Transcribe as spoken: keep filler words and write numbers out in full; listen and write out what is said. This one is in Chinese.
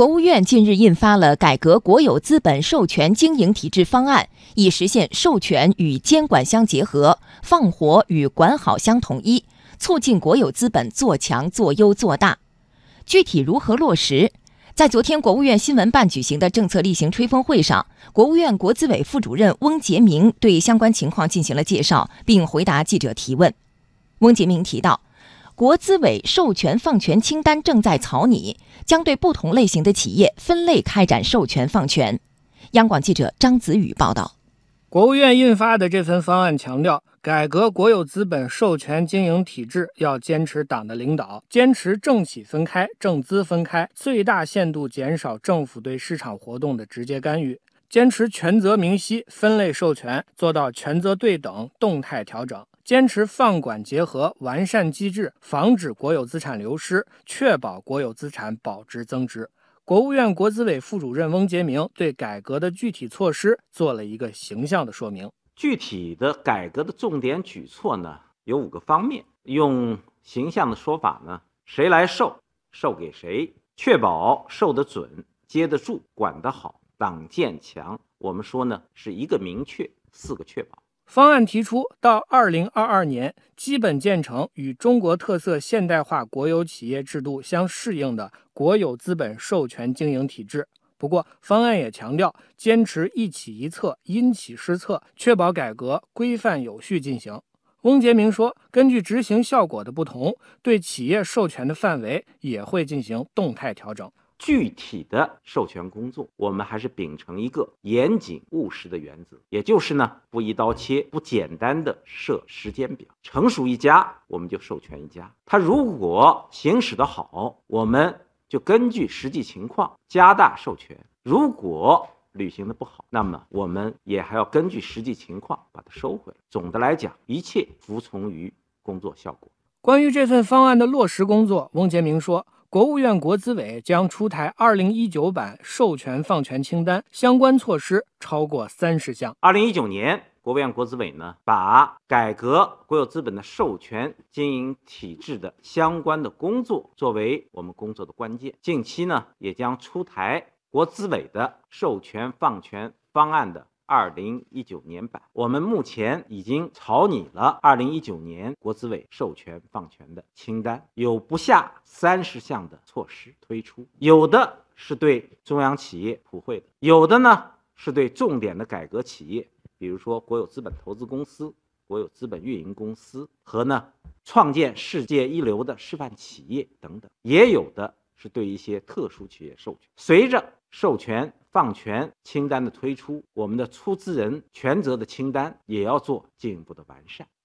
国务院近日印发了改革国有资本授权经营体制方案，以实现授权与监管相结合，放活与管好相统一，促进国有资本做强做优做大。具体如何落实？在昨天国务院新闻办举行的政策例行吹风会上，国务院国资委副主任翁杰明对相关情况进行了介绍，并回答记者提问。翁杰明提到，国资委授权放权清单正在草拟，将对不同类型的企业分类开展授权放权。央广记者张子宇报道。 国务院印发的这份方案强调，改革国有资本授权经营体制要坚持党的领导，坚持政企分开、政资分开，最大限度减少政府对市场活动的直接干预，坚持权责明晰、分类授权，做到权责对等、动态调整，坚持放管结合，完善机制，防止国有资产流失，确保国有资产保值增值。国务院国资委副主任翁杰明对改革的具体措施做了一个形象的说明。 具体的改革的重点举措呢，有五个方面。用形象的说法呢，谁来授，授给谁，确保授得准、接得住、管得好、党建强。我们说呢，是一个明确，四个确保。 方案提出，到二零二二年，基本建成与中国特色现代化国有企业制度相适应的国有资本授权经营体制。不过，方案也强调，坚持一企一策、因企施策，确保改革规范有序进行。翁杰明说，根据执行效果的不同，对企业授权的范围也会进行动态调整。 具体的授权工作，我们还是秉承一个严谨务实的原则，也就是呢，不一刀切，不简单的设时间表。成熟一家，我们就授权一家。它如果行使得好，我们就根据实际情况加大授权；如果履行的不好，那么我们也还要根据实际情况把它收回来。总的来讲，一切服从于工作效果。 关于这份方案的落实工作，翁杰明说，国务院国资委将出台二零一九版授权放权清单，相关措施超过三十项。 二零一九年，国务院国资委呢，把改革国有资本的授权经营体制的相关的工作作为我们工作的关键。近期呢，也将出台国资委的授权放权方案的二零一九年版。我们目前已经草拟了二零一九年国资委授权放权的清单，有不下三十项的措施推出，有的是对中央企业普惠的，有的呢是对重点的改革企业，比如说国有资本投资公司、国有资本运营公司和呢创建世界一流的示范企业等等，也有的是对一些特殊企业授权。随着授权放权清单的推出，我们的出资人权责的清单也要做进一步的完善。